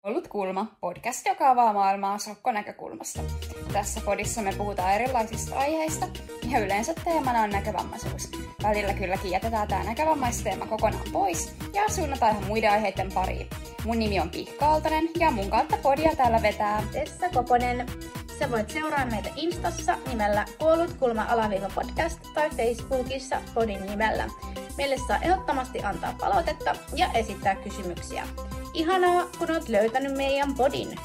Ollut kulma, podcast, joka avaa maailmaa sokkonäkökulmasta. Tässä podissa me puhutaan erilaisista aiheista ja yleensä teemana on näkövammaisuus. Välillä kylläkin jätetään tämä näkövammaisteema kokonaan pois ja suunnataan ihan muiden aiheiden pariin. Mun nimi on Pihka Aaltonen ja mun kautta podia täällä vetää Tessa Koponen. Sä voit seuraa meitä Instassa nimellä Kuollut kulma _podcast tai Facebookissa podin nimellä. Meille saa ehdottomasti antaa palautetta ja esittää kysymyksiä. Ihanaa, kun oot löytänyt meidän podin!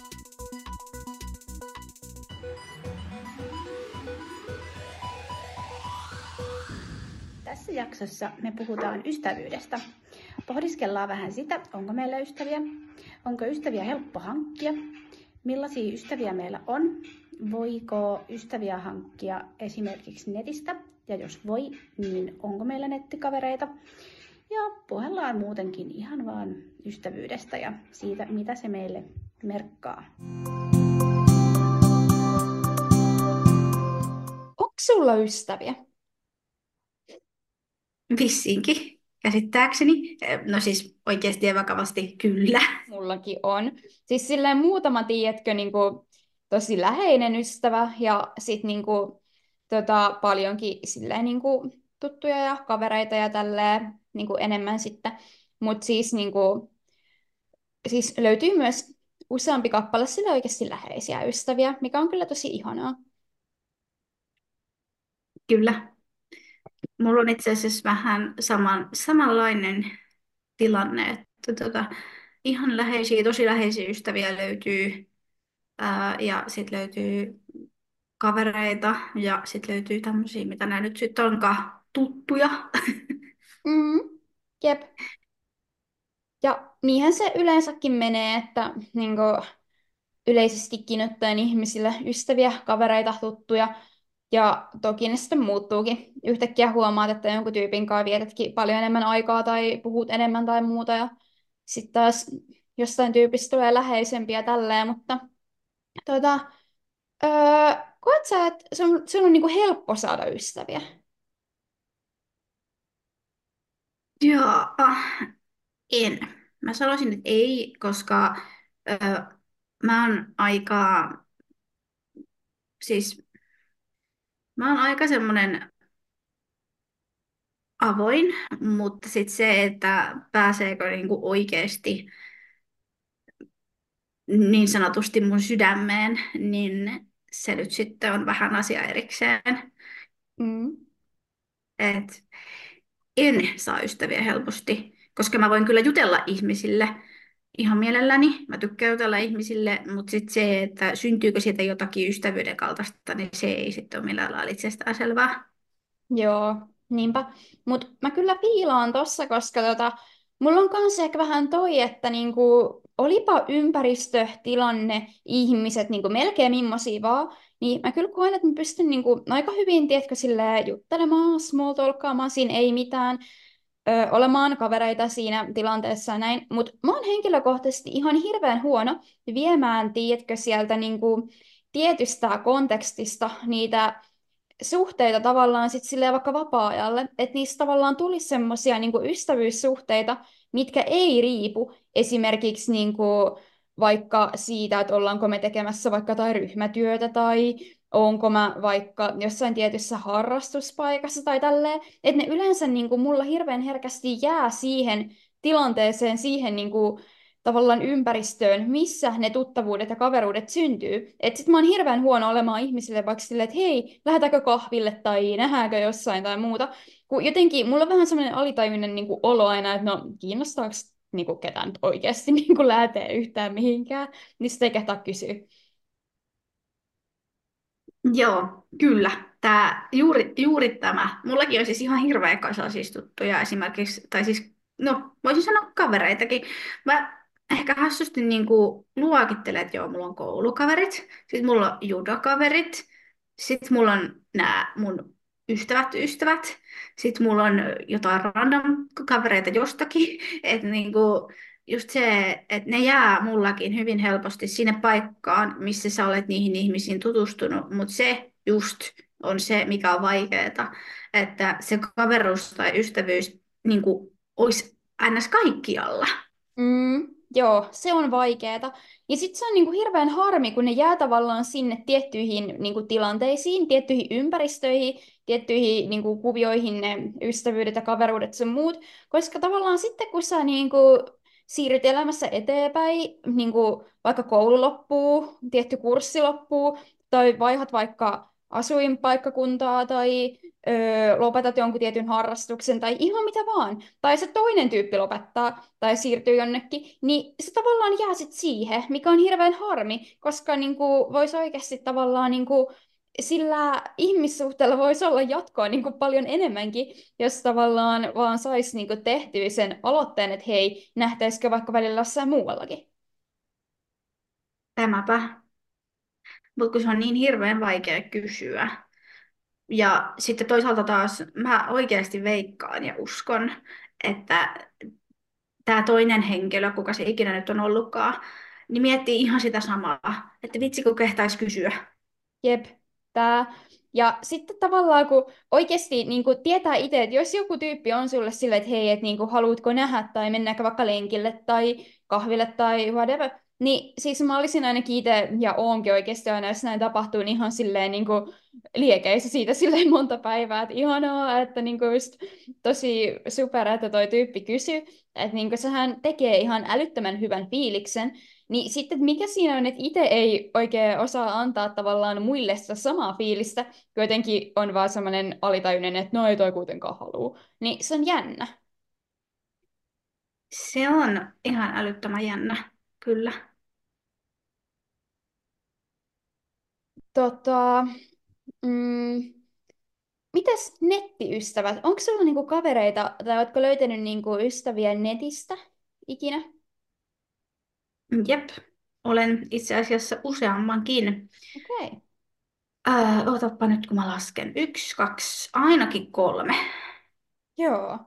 Tässä jaksossa me puhutaan ystävyydestä. Pohdiskellaan vähän sitä, onko meillä ystäviä, onko ystäviä helppo hankkia, millaisia ystäviä meillä on, voiko ystäviä hankkia esimerkiksi netistä, ja jos voi, niin onko meillä nettikavereita. Ja puhellaan muutenkin ihan vaan ystävyydestä ja siitä, mitä se meille merkkaa. Onko sulla ystäviä? Vissiinkin, käsittääkseni. No siis oikeasti ja vakavasti kyllä. Mullakin on. Siis silleen muutama, tiedätkö, tosi läheinen ystävä ja sitten paljonkin silleen tuttuja ja kavereita ja tälleen enemmän sitten. Mutta siis löytyy myös useampi kappale sille oikeasti läheisiä ystäviä, mikä on kyllä tosi ihanaa. Kyllä. Mulla on itse asiassa vähän samanlainen tilanne, että ihan läheisiä, tosi läheisiä ystäviä löytyy ja sitten löytyy kavereita ja sitten löytyy tämmöisiä, mitä nämä nyt sitten onkaan, tuttuja. Jep. Ja niinhän se yleensäkin menee, että yleisestikin ottaen ihmisille ystäviä, kavereita, tuttuja. Ja toki ne sitten muuttuukin. Yhtäkkiä huomaat, että jonkun tyypin kanssa vietätkin paljon enemmän aikaa tai puhut enemmän tai muuta. Ja sitten taas jostain tyypistä tulee läheisempiä tälleen, mutta öö, koet sä, että sun on helppo saada ystäviä? Joo, en. Mä sanoisin, että ei, koska mä oon aika, siis mä oon aika semmoinen avoin, mutta sitten se, että pääseekö niinku oikeasti niin sanotusti mun sydämeen, niin se nyt sitten on vähän asia erikseen. Mm. Et en saa ystäviä helposti, koska mä voin kyllä jutella ihmisille ihan mielelläni. Mä tykkään jutella ihmisille, mutta sitten se, että syntyykö siitä jotakin ystävyyden kaltaista, niin se ei sitten ole millään lailla itsestään selvää. Joo, niinpä. Mutta mä kyllä fiilaan tossa, koska mulla on kans ehkä vähän toi, että olipa ympäristö, tilanne, ihmiset melkein millaisia vaan, niin mä kyllä koen, että mä pystyn aika hyvin, tiedätkö, silleen juttelemaan, small talkkaamaan, siinä ei mitään, olemaan kavereita siinä tilanteessa ja näin. Mutta mä oon henkilökohtaisesti ihan hirveän huono viemään, tiedätkö, sieltä tietystä kontekstista niitä suhteita tavallaan sit silleen vaikka vapaa-ajalle, että niistä tavallaan tulisi semmoisia ystävyyssuhteita, mitkä ei riipu esimerkiksi vaikka siitä, että ollaanko me tekemässä vaikka jotain ryhmätyötä tai onko mä vaikka jossain tietyssä harrastuspaikassa tai tälleen, että ne yleensä mulla hirveän herkästi jää siihen tilanteeseen, siihen tavallaan ympäristöön, missä ne tuttavuudet ja kaveruudet syntyy. Että sit mä oon hirveän huono olemaan ihmisille vaikka silleen, että hei, lähdetäänkö kahville tai nähdäänkö jossain tai muuta. Kun jotenkin mulla on vähän semmoinen alitajuinen olo aina, että no kiinnostaako ketään nyt oikeasti lähteä yhtään mihinkään, niin sitä ei kehtaa kysyä. Joo, kyllä. Juuri tämä. Mullakin on siis ihan hirveä kasa siis tuttuja esimerkiksi, tai siis, no voisin sanoa kavereitakin. Mä ehkä hassusti luokittelen, että joo, mulla on koulukaverit, sitten mulla on judokaverit, sitten mulla on nämä mun ystävät, sitten mulla on jotain random kavereita jostakin, että just se, että ne jää mullakin hyvin helposti sinne paikkaan, missä sä olet niihin ihmisiin tutustunut, mutta se just on se, mikä on vaikeaa, että se kaveruus tai ystävyys olisi ns. Kaikkialla. Mm, Joo, se on vaikeeta. Ja sitten se on niinku hirveän harmi, kun ne jää tavallaan sinne tiettyihin niinku tilanteisiin, tiettyihin ympäristöihin, tiettyihin niinku kuvioihin, ne ystävyydet ja kaveruudet sun muut. Koska tavallaan sitten, kun sä niinku siirryt elämässä eteenpäin, niinku vaikka koulu loppuu, tietty kurssi loppuu, tai vaihdat vaikka asuinpaikkakuntaa, tai lopetat jonkun tietyn harrastuksen, tai ihan mitä vaan, tai se toinen tyyppi lopettaa, tai siirtyy jonnekin, niin se tavallaan jää sit siihen, mikä on hirveän harmi, koska niinku, voisi oikeasti tavallaan niinku, sillä ihmissuhteella voisi olla jatkoa niinku, paljon enemmänkin, jos tavallaan vaan saisi niinku, tehtyä sen aloitteen, että hei, nähtäisikö vaikka välillä jossain muuallakin. Tämäpä. Mutta kun se on niin hirveän vaikea kysyä. Ja sitten toisaalta taas mä oikeasti veikkaan ja uskon, että tämä toinen henkilö, kuka se ikinä nyt on ollutkaan, niin miettii ihan sitä samaa, että vitsi kun kehtaisi kysyä. Jep, tää. Ja sitten tavallaan, kun oikeasti niin kun tietää itse, että jos joku tyyppi on sulle silleen, että hei, että niin kun, haluatko nähdä tai mennäänkö vaikka lenkille tai kahville tai whatever, niin siis mä olisin ainakin itse ja oonkin oikeasti aina, jos näin tapahtuu, niin ihan silleen niin kuin liekeissä siitä silleen monta päivää, että ihanaa, että niin kuin just tosi super, että toi tyyppi kysyy, että niin kuin sehän tekee ihan älyttömän hyvän fiiliksen, niin sitten että mikä siinä on, että itse ei oikein osaa antaa tavallaan muille sitä samaa fiilistä, kun jotenkin on vaan semmoinen alitajuinen, että no ei toi kuitenkaan halua. Niin se on jännä. Se on ihan älyttömän jännä, kyllä. Tota, mm, mites nettiystävät? Onko sulla niinku kavereita tai ootko löytänyt niinku ystäviä netistä ikinä? Jep, olen itse asiassa useammankin. Okei. Okay. Ootappa nyt kun mä lasken. Yksi, kaksi, ainakin kolme. Joo.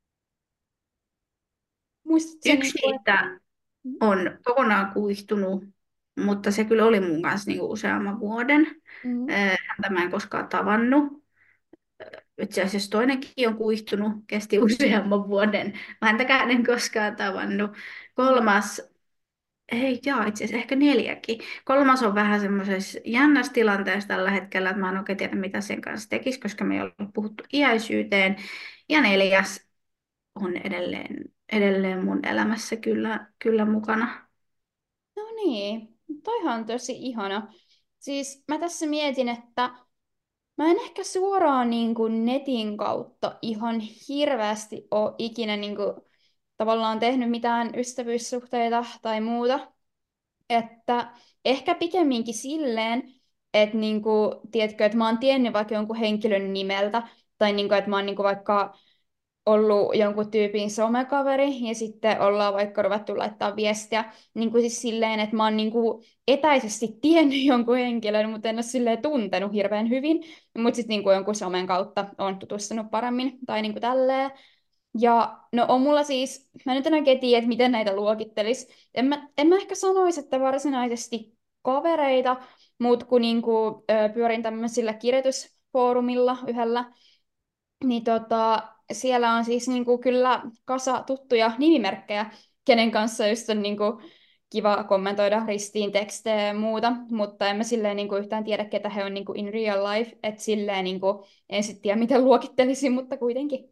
Muistatko sä Yksi niinku, että... niistä on kokonaan kuihtunut, mutta se kyllä oli mun kanssa niinku useamman vuoden. Mm. Häntä mä en koskaan tavannut. Itse asiassa toinenkin on kuihtunut, kesti useamman vuoden. Mä häntäkään en koskaan tavannut. Mm. Kolmas, ei jaa, itse asiassa ehkä neljäkin. Kolmas on vähän semmoisessa jännässä tilanteessa tällä hetkellä, että mä en oikein tiedä, mitä sen kanssa tekisi, koska me ei ole puhuttu iäisyyteen. Ja neljäs on edelleen mun elämässä kyllä mukana. No niin, toihan on tosi ihana. Siis mä tässä mietin, että mä en ehkä suoraan niin kuin netin kautta ihan hirveästi ole ikinä niin kuin, tavallaan tehnyt mitään ystävyyssuhteita tai muuta. Että ehkä pikemminkin silleen, että niin kuin, tiedätkö, että mä oon tiennyt vaikka jonkun henkilön nimeltä, tai niin kuin, että mä oon niin kuin, vaikka ollut jonkun tyypin somekaveri ja sitten ollaan vaikka ruvettu laittaa viestiä niin kuin siis silleen, että mä oon niin kuin etäisesti tiennyt jonkun henkilön, mutta en ole silleen tuntenut hirveän hyvin, mutta sitten niin kuin jonkun somen kautta on tutustunut paremmin tai niin kuin tälleen. Ja no on mulla siis, mä nyt en oikein tiedä, että miten näitä luokittelisi. En mä ehkä sanoisi, että varsinaisesti kavereita, mutta kun niinku, pyörin tämmöisillä kirjoitusfoorumilla yhdellä, niin siellä on siis niinku kyllä kasa tuttuja nimimerkkejä, kenen kanssa just on niinku kiva kommentoida ristiin tekstejä ja muuta, mutta en mä silleen niinku yhtään tiedä, ketä he on niinku in real life, että silleen niinku, en sit tiedä, miten luokittelisin, mutta kuitenkin.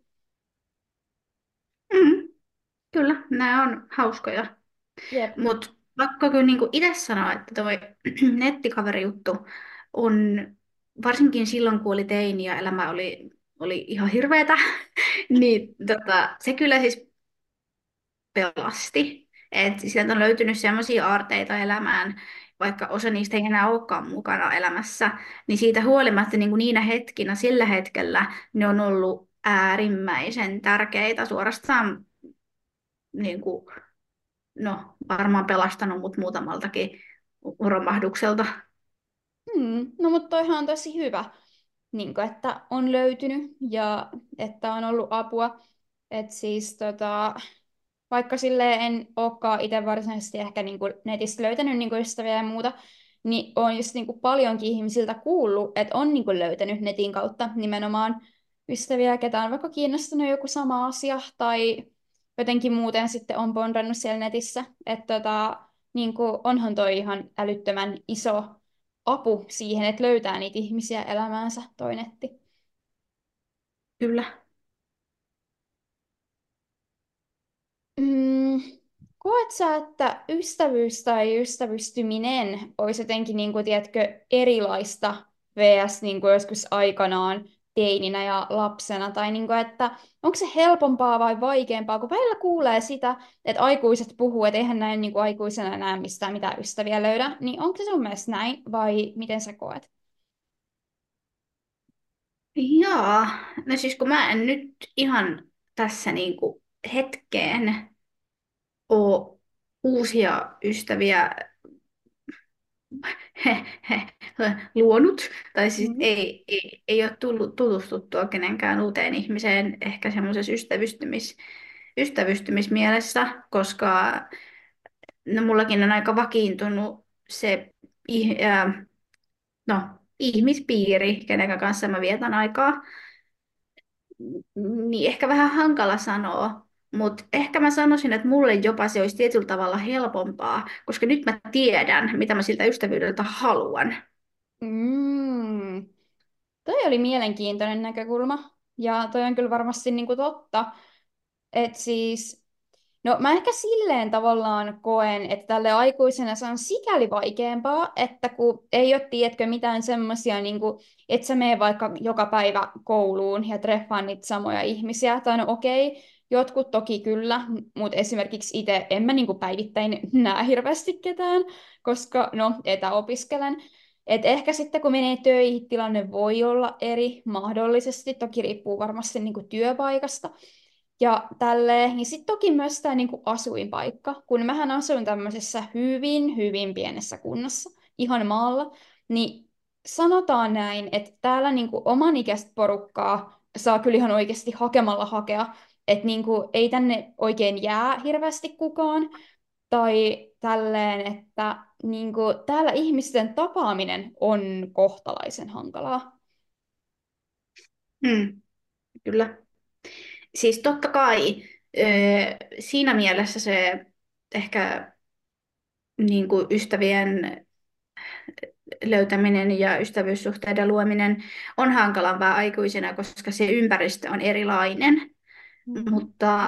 Mm, kyllä, nämä on hauskoja. Jep. Mutta vaikka kyllä niin itse sanoa, että tuo nettikaverijuttu on, varsinkin silloin kun oli teini ja elämä oli ihan hirveetä, niin se kyllä siis pelasti. Et sieltä on löytynyt sellaisia aarteita elämään, vaikka osa niistä ei enää olekaan mukana elämässä, niin siitä huolimatta niin kuin niinä hetkinä, sillä hetkellä, ne on ollut äärimmäisen tärkeitä, suorastaan niin kuin, no, varmaan pelastanut mut muutamaltakin romahdukselta. No mutta toihan on tosi hyvä, niin kuin, että on löytynyt ja että on ollut apua. Et siis vaikka silleen en olekaan itse varsinaisesti ehkä niin kuin netistä löytänyt niin kuin ystäviä ja muuta, niin on just niin kuin paljonkin ihmisiltä kuullut, että on niin kuin löytänyt netin kautta nimenomaan ystäviä, ketä on vaikka kiinnostunut joku sama asia tai jotenkin muuten sitten on bondannut siellä netissä. Että niin kuin, onhan toi ihan älyttömän iso apu siihen, että löytää niitä ihmisiä elämäänsä, toi netti. Kyllä. Mm, koet sä, että ystävyys tai ystävystyminen olisi jotenkin, niin kuin, tiedätkö, erilaista vs. Niin kuin joskus aikanaan teininä ja lapsena? Tai niin kuin, että onko se helpompaa vai vaikeampaa? Kun välillä kuulee sitä, että aikuiset puhuu, että eihän näin niin kuin aikuisena enää mistään mitään ystäviä löydä, niin onko se sun mielestä näin vai miten sä koet? Joo, no siis kun mä en nyt ihan tässä niinku hetkeen ole uusia ystäviä luonut, tai siis Mm. ei ole tullut tutustuttua kenenkään uuteen ihmiseen ehkä semmoisessa ystävystymismielessä, koska no, mullakin on aika vakiintunut se no, ihmispiiri, kenen kanssa mä vietän aikaa. Niin ehkä vähän hankala sanoa, mutta ehkä mä sanoisin, että mulle jopa se olisi tietyllä tavalla helpompaa, koska nyt mä tiedän, mitä mä siltä ystävyydeltä haluan. Mm. Toi oli mielenkiintoinen näkökulma. Ja toi on kyllä varmasti niin kuin totta. Että siis no mä ehkä silleen tavallaan koen, että tälle aikuisena se on sikäli vaikeampaa, että kun ei ole, tiedätkö, mitään semmoisia, niin kuin, että sä mene vaikka joka päivä kouluun ja treffaan niitä samoja ihmisiä, tai no okei, jotkut toki kyllä, mutta esimerkiksi itse en mä niin kuin päivittäin näe hirveästi ketään, koska no etäopiskelen. Et ehkä sitten kun menee töihin, tilanne voi olla eri mahdollisesti, toki riippuu varmasti niin kuin työpaikasta, ja tälleen, niin sitten toki myös tämä niinku asuinpaikka, kun mähän asuin tämmöisessä hyvin, hyvin pienessä kunnassa, ihan maalla, niin sanotaan näin, että täällä niinku oman ikäistä porukkaa saa kyllä ihan oikeasti hakemalla hakea, että niinku ei tänne oikein jää hirveästi kukaan, tai tälleen, että niinku täällä ihmisten tapaaminen on kohtalaisen hankalaa. Hmm, kyllä. Siis totta kai siinä mielessä se ehkä niin kuin ystävien löytäminen ja ystävyyssuhteiden luominen on hankalampaa aikuisena, koska se ympäristö on erilainen. Mm. Mutta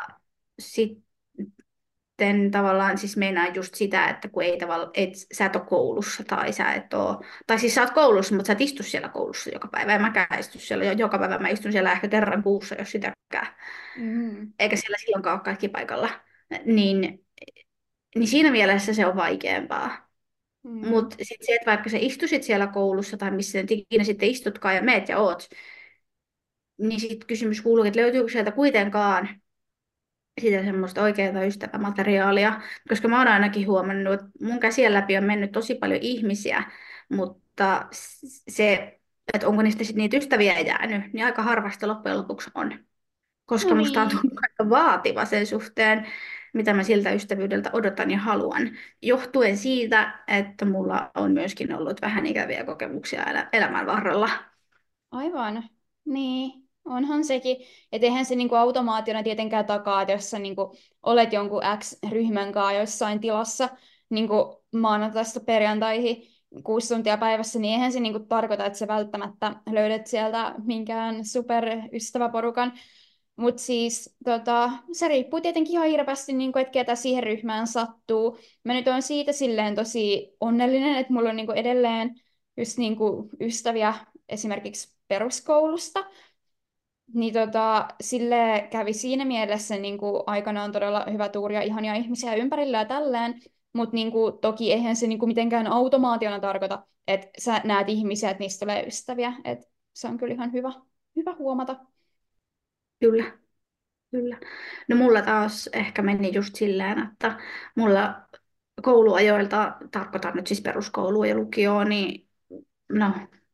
sitten tavallaan siis meinaa just sitä, että kun ei tavallaan, et, sä et ole koulussa tai sä et ole, tai siis sä oot koulussa, mutta sä et istu siellä koulussa joka päivä. En mäkään istu siellä joka päivä, mä istun siellä ehkä kerran kuussa, jos sitäkään. Mm. Eikä siellä silloinkaan ole kaikki paikalla. Niin, niin siinä mielessä se on vaikeampaa. Mm. Mutta sitten se, että vaikka sä istusit siellä koulussa tai missä nyt ikinä sitten istutkaan ja meet ja oot, niin sitten kysymys kuuluu, että löytyykö sieltä kuitenkaan sitä semmoista oikeaa ystävämateriaalia, koska mä oon ainakin huomannut, että mun käsien läpi on mennyt tosi paljon ihmisiä, mutta se, että onko niistä sitten niitä ystäviä jäänyt, niin aika harvasta loppujen lopuksi on. No Koska musta on niin. tullut aika vaativa sen suhteen, mitä mä siltä ystävyydeltä odotan ja haluan. Johtuen siitä, että mulla on myöskin ollut vähän ikäviä kokemuksia elämän varrella. Aivan. Niin, onhan sekin. Että eihän se niinku automaationa tietenkään takaa, että jos sä niinku olet jonkun X-ryhmän kanssa jossain tilassa niinku maanantaista perjantaihin 6 tuntia päivässä, niin eihän se niinku tarkoita, että sä välttämättä löydät sieltä minkään superystäväporukan. Mutta siis se riippuu tietenkin ihan hirveästi, niinku, että ketä siihen ryhmään sattuu. Mä nyt on siitä silleen tosi onnellinen, että mulla on niinku edelleen just niinku ystäviä esimerkiksi peruskoulusta, niin sille kävi siinä mielessä niin kuin aikanaan todella hyvä tuuri ja ihania ihmisiä ympärillä ja tälleen, mutta niin kuin, toki eihän se niin kuin mitenkään automaationa tarkoita, että sä näet ihmisiä, että niistä tulee ystäviä, että se on kyllä ihan hyvä huomata. Kyllä, kyllä. No mulla taas ehkä meni just silleen, että mulla kouluajoilta, tarkoitan nyt siis peruskoulua ja lukioon, niin no,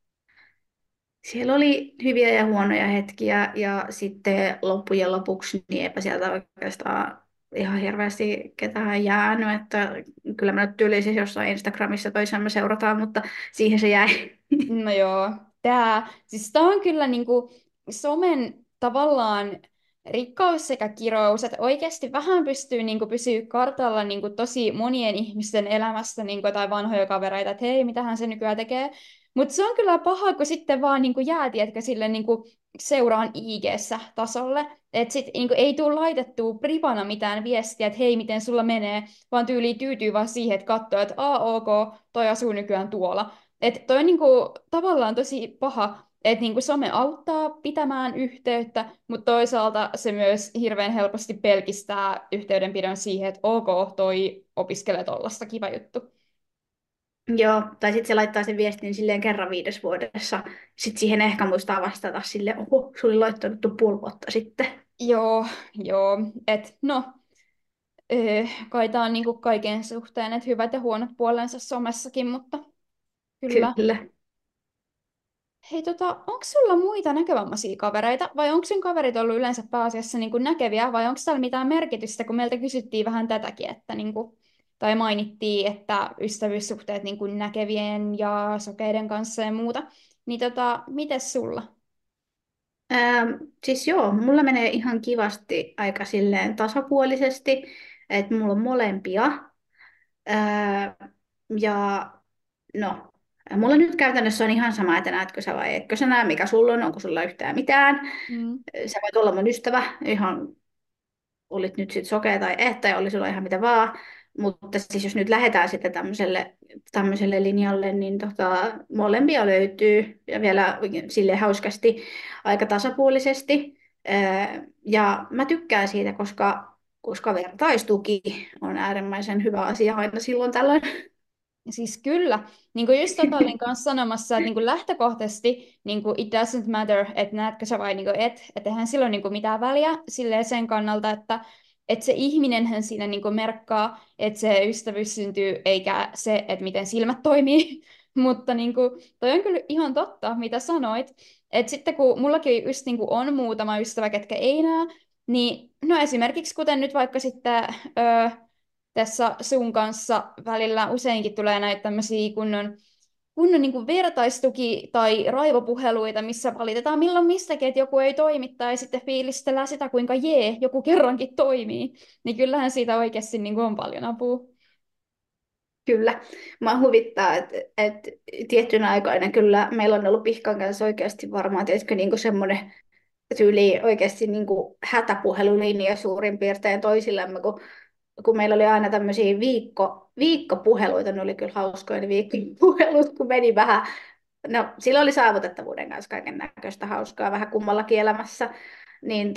siellä oli hyviä ja huonoja hetkiä ja sitten loppujen lopuksi niin eipä sieltä oikeastaan ihan hirveästi ketään jäänyt, että kyllä mä nyt tyyliin siis jossain Instagramissa toisiamme seurataan, mutta siihen se jäi. No joo, siis tää on kyllä niinku somen tavallaan rikkaus sekä kirous, että oikeasti vähän pystyy niin kuin, pysyä kartalla niin kuin, tosi monien ihmisten elämästä niin kuin, jotain vanhoja kavereita, että hei, mitähän se nykyään tekee. Mutta se on kyllä paha, kun sitten vaan niin kuin, jää, tiedätkö, sille niin kuin, seuraan IG-ssä tasolle. Että sitten niin kuin, ei tule laitettua privana mitään viestiä, että hei, miten sulla menee, vaan tyyli tyytyy vaan siihen, että katsoo, että ok, toi asuu nykyään tuolla. Että toi on niin kuin, tavallaan tosi paha, että niinku some auttaa pitämään yhteyttä, mutta toisaalta se myös hirveän helposti pelkistää yhteydenpidon siihen, että ok, toi opiskelee tollasta, kiva juttu. Joo, tai sitten se laittaa sen viestin silleen kerran 5 vuodessa. Sitten siihen ehkä muistaa vastata silleen, oho, se oli laittanut tuon puoli vuotta sitten. Joo, joo, että no, kai tää on niinku kaiken suhteen, että hyvät ja huonot puolensa somessakin, mutta kyllä. Kyllä. Hei, onko sulla muita näkövammaisia kavereita, vai onko sun kaverit ollut yleensä pääasiassa niin kuin näkeviä, vai onko täällä mitään merkitystä, kun meiltä kysyttiin vähän tätäkin, että niin kuin, tai mainittiin, että ystävyyssuhteet niin kuin näkevien ja sokeiden kanssa ja muuta, niin mites sulla? Siis joo, mulla menee ihan kivasti aika silleen tasapuolisesti, että mulla on molempia. Ää, ja no, mulla nyt käytännössä on ihan sama, että näetkö sä vai etkö sä näe, mikä sulla on, onko sulla yhtään mitään. Mm. Sä voit olla mun ystävä, ihan olit nyt sitten sokea tai et, tai oli sulla ihan mitä vaan. Mutta siis jos nyt lähdetään sitten tämmöiselle linjalle, niin molempia löytyy ja vielä sille hauskasti aika tasapuolisesti. Ja mä tykkään siitä, koska vertaistuki on äärimmäisen hyvä asia aina silloin tällöin. Siis kyllä, niin kuin just olin kanssa sanomassa, että niin kuin lähtökohtaisesti niin kuin it doesn't matter, että näetkö sä vai niin kuin et, että eihän sillä ole niin kuin mitään väliä silleen sen kannalta, että se ihminenhän siinä niin kuin merkkaa, että se ystävyys syntyy, eikä se, että miten silmät toimii. Mutta niin kuin, toi on kyllä ihan totta, mitä sanoit. Että sitten kun mullakin just niin kuin on muutama ystävä, ketkä ei näe, niin no esimerkiksi kuten nyt vaikka sitten tässä sun kanssa välillä useinkin tulee näitä tämmöisiä kunnon niin kuin vertaistuki- tai raivopuheluita, missä valitetaan milloin mistäkin, että joku ei toimi, tai sitten fiilistellään sitä, kuinka jee, joku kerrankin toimii. Niin kyllähän siitä oikeasti niin kuin on paljon apua. Kyllä. Mä huvittaa, että tiettynä aikoina kyllä meillä on ollut Pihkan kanssa oikeasti varmaan, tiedätkö, niin semmoinen tyyli oikeasti niin kuin hätäpuhelulinja suurin piirtein toisillemme, kun meillä oli aina tämmöisiä viikkopuheluita, ne oli kyllä hauskoja ne viikkopuhelut, kun meni vähän, no silloin oli saavutettavuuden kanssa kaiken näköistä hauskaa vähän kummallakin elämässä, niin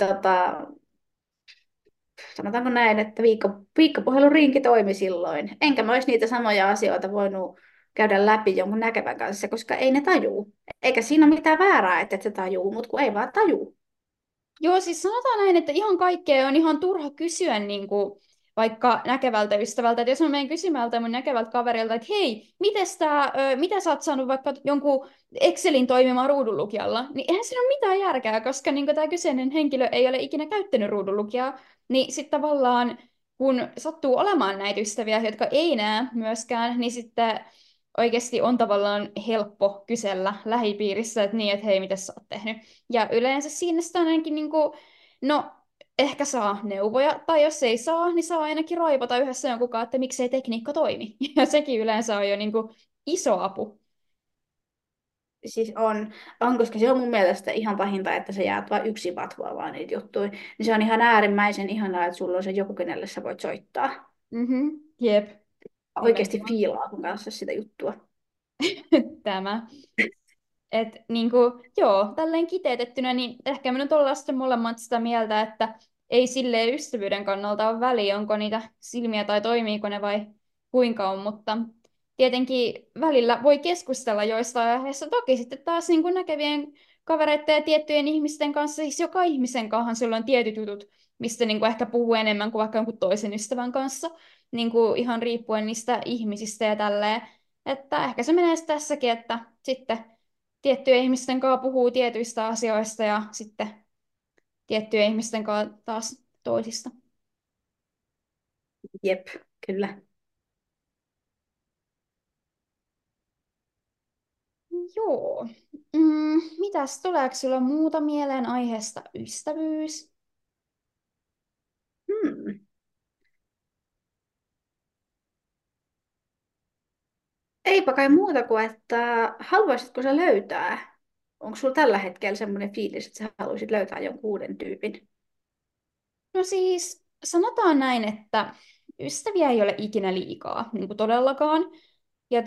sanotaanko näin, että viikkopuhelun rinki toimi silloin. Enkä mä olisi niitä samoja asioita voinut käydä läpi jonkun näkevän kanssa, koska ei ne tajuu. Eikä siinä ole mitään väärää, että et se tajuu, mutta kun ei vaan tajuu. Joo, siis sanotaan näin, että ihan kaikkea on ihan turha kysyä niin kuin, vaikka näkevältä ystävältä. Että jos mä menen kysymältä mun näkevältä kaverilta, että hei, mitä sä oot saanut vaikka jonkun Excelin toimimaan ruudunlukijalla, niin eihän siinä ole mitään järkeä, koska niin tämä kyseinen henkilö ei ole ikinä käyttänyt ruudunlukijaa. Niin sitten tavallaan, kun sattuu olemaan näitä ystäviä, jotka ei näe myöskään, niin sitten oikeasti on tavallaan helppo kysellä lähipiirissä, että niin, että hei, mitä sä oot tehnyt. Ja yleensä siinä sitä ainakin niin kuin, no, ehkä saa neuvoja, tai jos ei saa, niin saa ainakin raivata yhdessä jonkun kanssa, että miksei tekniikka toimi. Ja sekin yleensä on jo niin kuin iso apu. Siis on, koska se on mun mielestä ihan pahinta, että sä jäät vain yksin vatvoa vaan niitä juttuja. Niin se on ihan äärimmäisen ihanaa, että sulla on se joku, kenelle sä voit soittaa. Mhm, jep, Oikeasti nimenomaan. fiilaa sun kanssa sitä juttua. Tämä. Et niinku, joo, tälleen kiteytettynä, niin ehkä me nyt ollaan sitten molemmat sitä mieltä, että ei silleen ystävyyden kannalta ole väliä, onko niitä silmiä tai toimiiko ne vai kuinka on, mutta tietenkin välillä voi keskustella joistain aiheista. Toki sitten taas niin kuin näkevien kavereiden ja tiettyjen ihmisten kanssa, siis joka ihmisen kanssa sillä on tietyt jutut, mistä niin kuin ehkä puhuu enemmän kuin vaikka jonkun toisen ystävän kanssa, niin kuin ihan riippuen niistä ihmisistä ja tälleen. Että ehkä se menee tässäkin, että sitten tiettyjen ihmisten kanssa puhuu tietyistä asioista ja sitten tiettyjen ihmisten kanssa taas toisista. Jep, kyllä. Joo. Mitäs, tuleeko sulla muuta mieleen aiheesta ystävyys? eipä kai muuta kuin, että haluaisitko sä löytää? Onko sulla tällä hetkellä semmoinen fiilis, että sä haluaisit löytää jonkun uuden tyypin? No siis sanotaan näin, että ystäviä ei ole ikinä liikaa, niin kuin todellakaan. Ja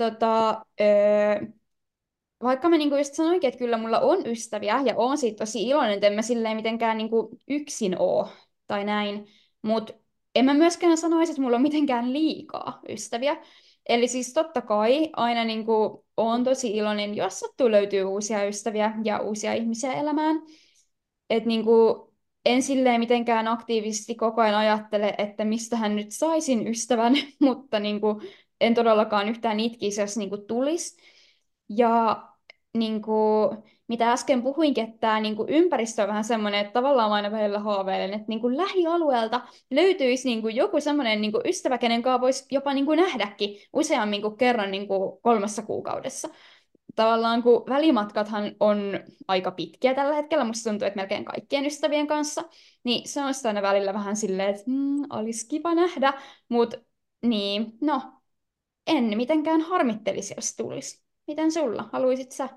vaikka mä niinku just sanoinkin, että kyllä mulla on ystäviä ja oon siitä tosi iloinen, että en mä silleen mitenkään niinku yksin oo tai näin, mutta en mä myöskään sanoisi, että mulla on mitenkään liikaa ystäviä. Eli siis totta kai aina niinku oon tosi iloinen, jos sattuu löytyy uusia ystäviä ja uusia ihmisiä elämään. Että niinku, en silleen mitenkään aktiivisesti koko ajan ajattele, että mistähän nyt saisin ystävän, mutta niinku, en todellakaan yhtään itkisi, jos niinku tulisi. Ja niinku, mitä äsken puhuinkin, että tämä niinku, ympäristö on vähän semmoinen, että tavallaan mä aina välillä haaveilen, että niinku, lähialueelta löytyisi niinku, joku semmoinen niinku, ystävä, kenen kanssa voisi jopa niinku, nähdäkin useammin kuin kerran niinku, 3 kuukaudessa tavallaan kun välimatkathan on aika pitkiä tällä hetkellä, musta tuntuu, että melkein kaikkien ystävien kanssa, niin se on sitä aina välillä vähän silleen, että olisi kiva nähdä, mutta niin, no, en mitenkään harmittelisi, jos tulisi. Miten sulla? Haluaisit sä?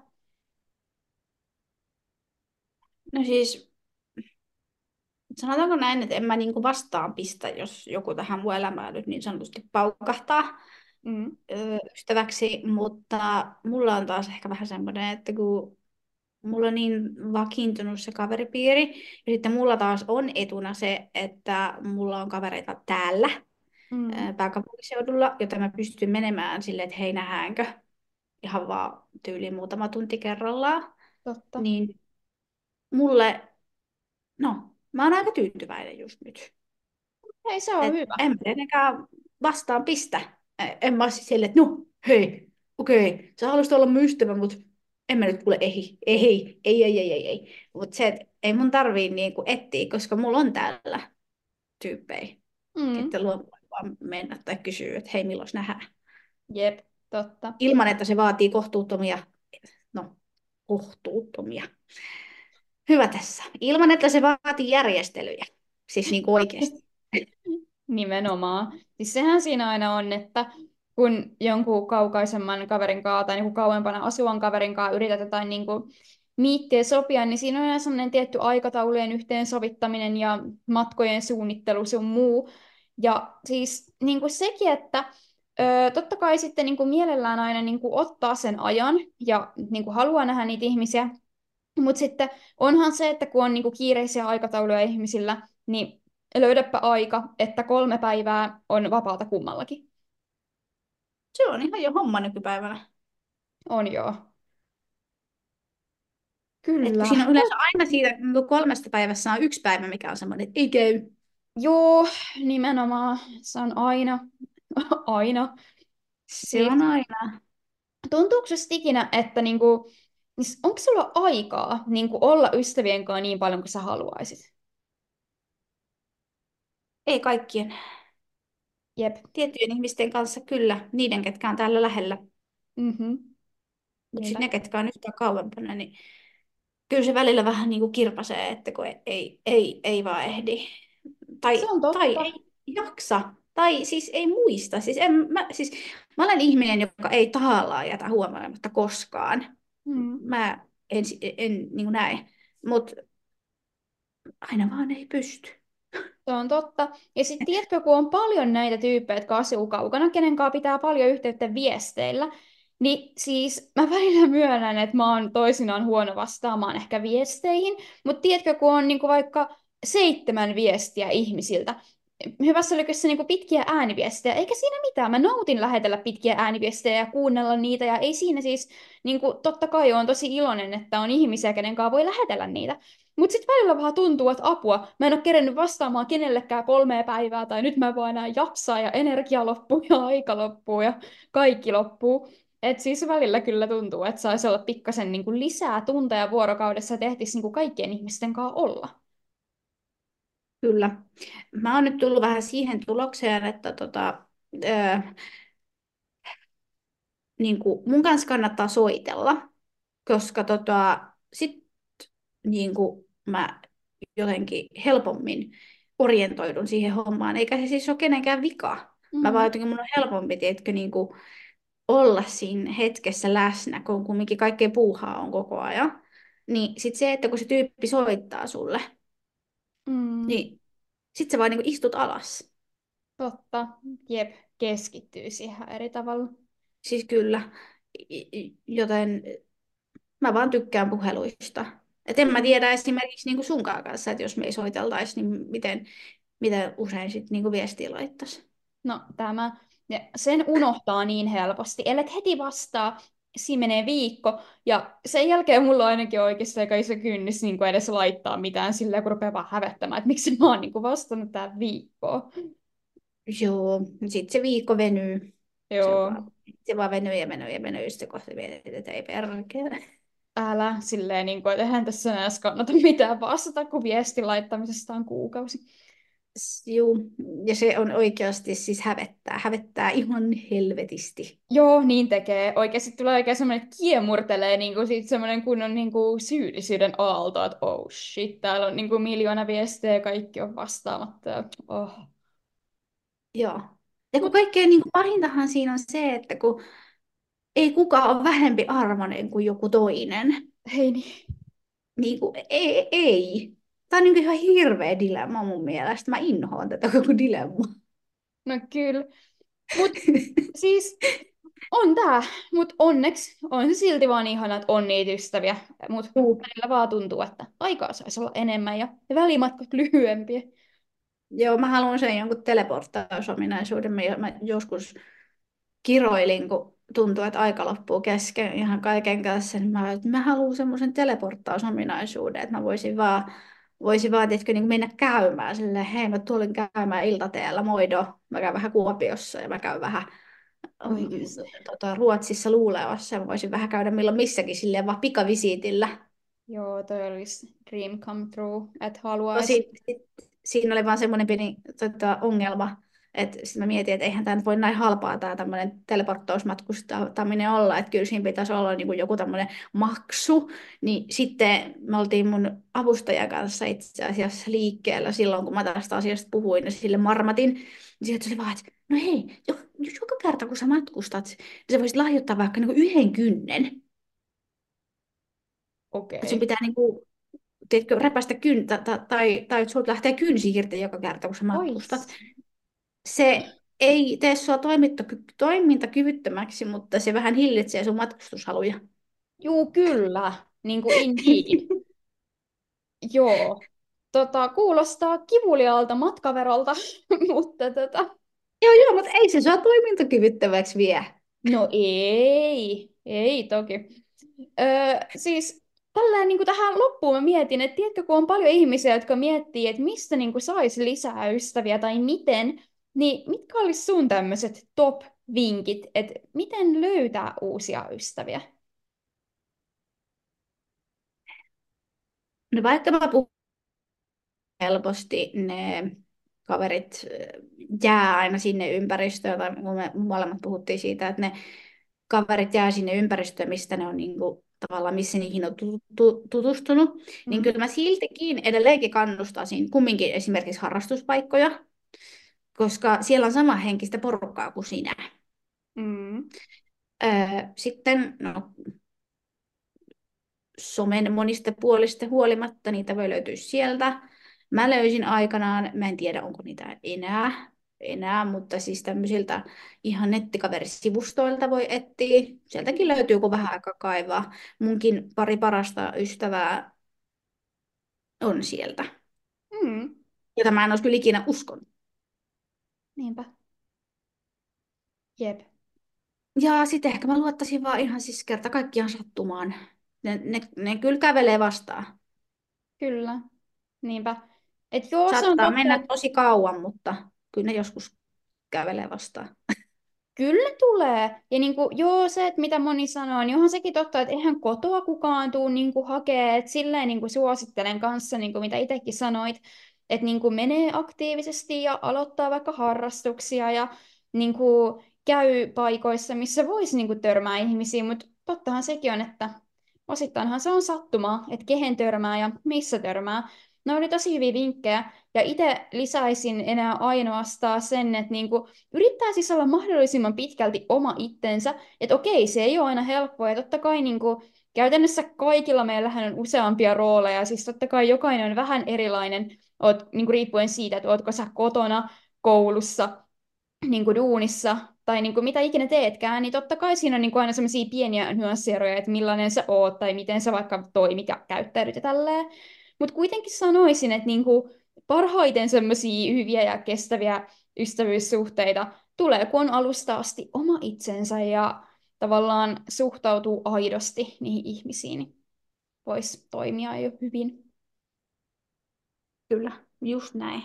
No siis, sanotaanko näin, että en mä niinku vastaan pistä, jos joku tähän mun elämään nyt niin sanotusti paukahtaa Mm. ystäväksi, mutta mulla on taas ehkä vähän semmoinen, että kun mulla on niin vakiintunut se kaveripiiri, ja sitten mulla taas on etuna se, että mulla on kavereita täällä Mm. pääkaupunkiseudulla, jota mä pystyn menemään silleen, että hei nähdäänkö ihan vaan tyyliin muutama tunti kerrallaan, Totta. niin mulle, no, mä oon aika tyytyväinen just nyt. Ei, se on Et hyvä. en mä tietenkään vastaan pistä. En mä ole siis silleen, että no, hei, okei, sä haluaisit olla mun ystävä, mutta en mä nyt kuule, ei. Mutta se, että ei mun tarvii niinku etsiä, koska mulla on täällä tyyppejä, Mm. että luo vaan mennä tai kysyä, että hei, milloin nähdään. Jep, totta. Ilman, että se vaatii kohtuuttomia, no, kohtuuttomia. Hyvä tässä. Ilman, että se vaatii järjestelyjä. Siis niinku oikeasti. Nimenomaan. Siis sehän siinä aina on, että kun jonkun kaukaisemman kaverin kanssa tai niin kauempana asuvan kaverin kanssa yritetään jotain niin miittiä sopia, niin siinä on aina sellainen tietty aikataulujen yhteensovittaminen ja matkojen suunnittelu sun muu. Ja siis niin kuin sekin, että totta kai sitten niin kuin mielellään aina niin kuin ottaa sen ajan ja niin kuin haluaa nähdä niitä ihmisiä, mutta sitten onhan se, että kun on niinku kiireisiä aikatauluja ihmisillä, niin löydäpä aika, että 3 päivää on vapaata kummallakin. Se on ihan jo homma nykypäivänä. On joo. Et kun Kyllä. siinä on yleensä aina siitä niin 3 päivässä on 1 päivä, mikä on semmoinen, että ei käy. Joo, nimenomaan. Se on aina, aina. Se Siis, on aina. tuntuuko susta ikinä, että niinku, siis onko sulla aikaa niinku olla ystävien kanssa niin paljon kuin sä haluaisit? Ei kaikkien. Jep. Tiettyjen ihmisten kanssa kyllä, niiden, ketkä on täällä lähellä. Mhm. Mutta Niinpä. sitten ne, ketkä on yhtään kauempana, niin kyllä se välillä vähän niin kuin kirpasee, että kun ei vaan ehdi. Se on Tai totta. ei jaksa. Tai siis ei muista. Mä olen ihminen, joka ei tahallaan jätä huomaamatta koskaan. Mm. Mä en niin kuin näe. Mutta aina vaan ei pysty. Se on totta. Ja sitten tiedätkö, kun on paljon näitä tyyppejä, jotka asuu kaukana, kenen kanssa pitää paljon yhteyttä viesteillä, niin siis mä välillä myönnän, että mä oon toisinaan huono vastaamaan ehkä viesteihin, mutta tiedätkö, kun on niinku vaikka 7 viestiä ihmisiltä, hyvässä lykyssä niinku pitkiä ääniviestejä, eikä siinä mitään. Mä nautin lähetellä pitkiä ääniviestejä ja kuunnella niitä, ja ei siinä siis, niinku, totta kai on tosi iloinen, että on ihmisiä, kenen kanssa voi lähetellä niitä. Mutta sitten välillä vähän tuntuu, että apua, mä en ole kerennyt vastaamaan kenellekään 3 päivää, tai nyt mä en voi enää jaksaa, ja energia loppuu, ja aika loppuu, ja kaikki loppuu. Et siis välillä kyllä tuntuu, että saisi olla pikkasen niinku lisää tunteja vuorokaudessa, ja tehtisi niinku kaikkien ihmisten kanssa olla. Kyllä. Mä oon nyt tullut vähän siihen tulokseen, että niin kuin mun kanssa kannattaa soitella, koska sit niin kuin mä jotenkin helpommin orientoidun siihen hommaan, eikä se siis ole kenenkään vika. Mä vaan Mm. jotenkin mun on helpompi, tiedätkö, niin kuin olla siinä hetkessä läsnä, kun kumminkin kaikkea puuhaa on koko ajan. Niin sitten se, että kun se tyyppi soittaa sulle, Mm, niin sitten sä vaan niinku istut alas. totta. Jep, keskittyy siihen ihan eri tavalla. Siis kyllä. Joten mä vaan tykkään puheluista. Et en mä Mm. tiedä esimerkiksi niinku sunkaan kanssa, että jos me ei soiteltaisi, niin miten usein sitten niinku viestiä laittaisi. No tämä, ja sen unohtaa niin helposti. Ellet heti vastaa, siinä menee viikko, ja sen jälkeen mulla on ainakin oikeasti aika iso kynnys niin kuin edes laittaa mitään silleen, kun rupeaa vaan hävettämään, että miksi mä oon niin kuin vastannut tähän viikkoon. Joo, sitten se viikko venyy. Joo, Se vaan venyy ja venyy ja venyy, sitten kohta mietit, että ei perkele. älä silleen, niin kuin, että eihän tässä enää edes kannata mitään vastata, kun viestin laittamisesta on kuukausi. Joo, ja se on oikeasti siis hävettää ihan helvetisti. Joo, niin tekee. Oikeasti tulee oikein semmoinen, että kiemurtelee niin kuin siitä semmoinen kunnon niin kuin syyllisyyden aalto, että oh shit, täällä on niin kuin miljoona viestejä ja kaikki on vastaamatta. Ja, oh. Joo. Ja kun Mut kaikkein niin kuin pahintahan siinä on se, että kun ei kukaan ole vähempi arvoinen kuin joku toinen. hei niin. Niin kuin, ei. Tämä on niin kuin ihan hirveä dilemma mun mielestä. Mä inhoan tätä koko dilemmaa. No kyllä. Mut siis on tää. Mut onneksi on se silti vaan ihana, että on niitä ystäviä. Mut Juu. välillä vaan tuntuu, että aikaa saisi olla enemmän ja välimatkat lyhyempiä. Joo, mä haluan sen jonkun teleporttausominaisuuden. Mä joskus kiroilin, kun tuntuu, että aika loppuu kesken ihan kaiken kanssa, niin mä haluan semmoisen teleporttausominaisuuden, että mä voisin vaan tiedätkö, niin mennä käymään silleen, hei mä tulin käymään iltateellä, moido, mä käyn vähän Kuopiossa ja mä käyn vähän Oikeasti. Ruotsissa Luuleåssa ja mä voisin vähän käydä milloin missäkin silleen vaan pikavisiitillä. Joo, toi olisi dream come true, että Tosi, haluaisi. siinä oli vaan semmoinen pieni ongelma, että sitten mä mietin, että eihän tämä nyt voi näin halpaa tämä tämmöinen teleporttausmatkustaminen olla, että kyllä siinä pitäisi olla niin kuin joku tämmöinen maksu, niin sitten me oltiin mun avustajan kanssa itse asiassa liikkeellä silloin, kun mä tästä asiasta puhuin ja sille marmatin, niin sieltä oli vaan, että no hei, jos joka kerta kun sä matkustat, niin sä voisit lahjoittaa vaikka niin kuin yhden kynnen, että sun Okei. pitää niin kuin tiedätkö, repästä tai sulta lähtee kynsi irti joka kerta, kun sä matkustat. Ois. Se ei tee sua toimintakyvyttömäksi, mutta se vähän hillitsee sun matkustushaluja. Juu, kyllä. Niin kuin indeed. Joo. Kuulostaa kivuliaalta matkaverolta, mutta Joo, joo, mutta ei se sua toimintakyvyttömäksi vie. no ei toki. Siis tällä niin kuin tähän loppuun mä mietin, että tiedätkö, kun on paljon ihmisiä, jotka miettii, että mistä niin kuin saisi lisää ystäviä tai miten, niin mitkä olisi sun tämmöiset top-vinkit, että miten löytää uusia ystäviä? No vaikka mä puhun helposti, ne kaverit jää aina sinne ympäristöön, tai kun me molemmat puhuttiin siitä, että ne kaverit jää sinne ympäristöön, mistä ne on niin kuin, tavallaan, missä niihin on tutustunut, niin Mm. kyllä mä siltikin edelleenkin kannustaisin kumminkin esimerkiksi harrastuspaikkoja, koska siellä on samanhenkistä porukkaa kuin sinä. Mm. Sitten no, somen monista puolista huolimatta niitä voi löytyä sieltä. Mä löysin aikanaan, mä en tiedä onko niitä enää, mutta siis tämmöisiltä ihan nettikaverisivustoilta voi etsiä. Sieltäkin löytyy, kun vähän aikaa kaivaa. Munkin pari parasta ystävää on sieltä, Mm. jota mä en olisi kyllä ikinä uskonut. Niinpä. Jep. Ja sitten ehkä mä luottaisin vaan ihan siis kerta kaikkiaan sattumaan. Ne kyllä kävelee vastaan. Kyllä. Niinpä. Et joo, se on Saattaa totta, mennä tosi kauan, mutta kyllä ne joskus kävelee vastaan. kyllä tulee. Ja niin kuin, joo, se, että mitä moni sanoo, niin onhan sekin totta, että eihän kotoa kukaan tuu niin kuin hakee. Et silleen niin kuin suosittelen kanssa, niin kuin mitä itsekin sanoit, että niin kuin menee aktiivisesti ja aloittaa vaikka harrastuksia ja niin kuin käy paikoissa, missä voisi niin kuin törmää ihmisiin. Mutta tottahan sekin on, että osittainhan se on sattumaa, että kehen törmää ja missä törmää. Ne oli tosi hyviä vinkkejä. Ja itse lisäisin enää ainoastaan sen, että niinku, yrittää siis olla mahdollisimman pitkälti oma itsensä. Että okei, se ei ole aina helppoa. Ja totta kai niinku, käytännössä kaikilla meillähän on useampia rooleja. Siis totta kai jokainen on vähän erilainen, niinku, riippuen siitä, että ootko sä kotona, koulussa, niinku, duunissa tai niinku, mitä ikinä teetkään, niin totta kai siinä on niinku, aina sellaisia pieniä nyanssieroja, että millainen sä oot tai miten sä vaikka toimit ja käyttäydyt ja tälleen. Mutta kuitenkin sanoisin, että niinku, parhaiten semmoisia hyviä ja kestäviä ystävyyssuhteita tulee, kun on alusta asti oma itsensä ja tavallaan suhtautuu aidosti niihin ihmisiin, niin voisi toimia jo hyvin. Kyllä, just näin.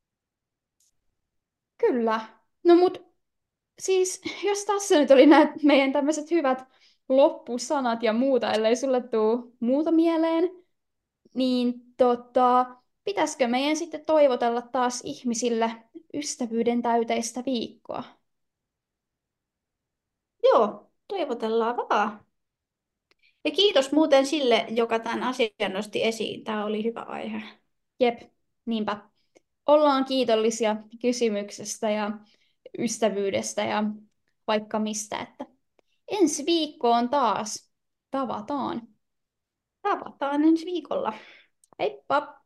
Kyllä. No mut siis, jos tässä nyt oli nämä meidän tämmöiset hyvät loppusanat ja muuta, ellei sulle tule muuta mieleen, niin pitäisikö meidän sitten toivotella taas ihmisille ystävyyden täyteistä viikkoa? Joo, toivotellaan vaan. Ja kiitos muuten sille, joka tämän asian nosti esiin. Tämä oli hyvä aihe. Jep, niinpä. Ollaan kiitollisia kysymyksestä ja ystävyydestä ja vaikka mistä, että ensi viikkoon taas tavataan. Tavataan ensi viikolla. Heippa!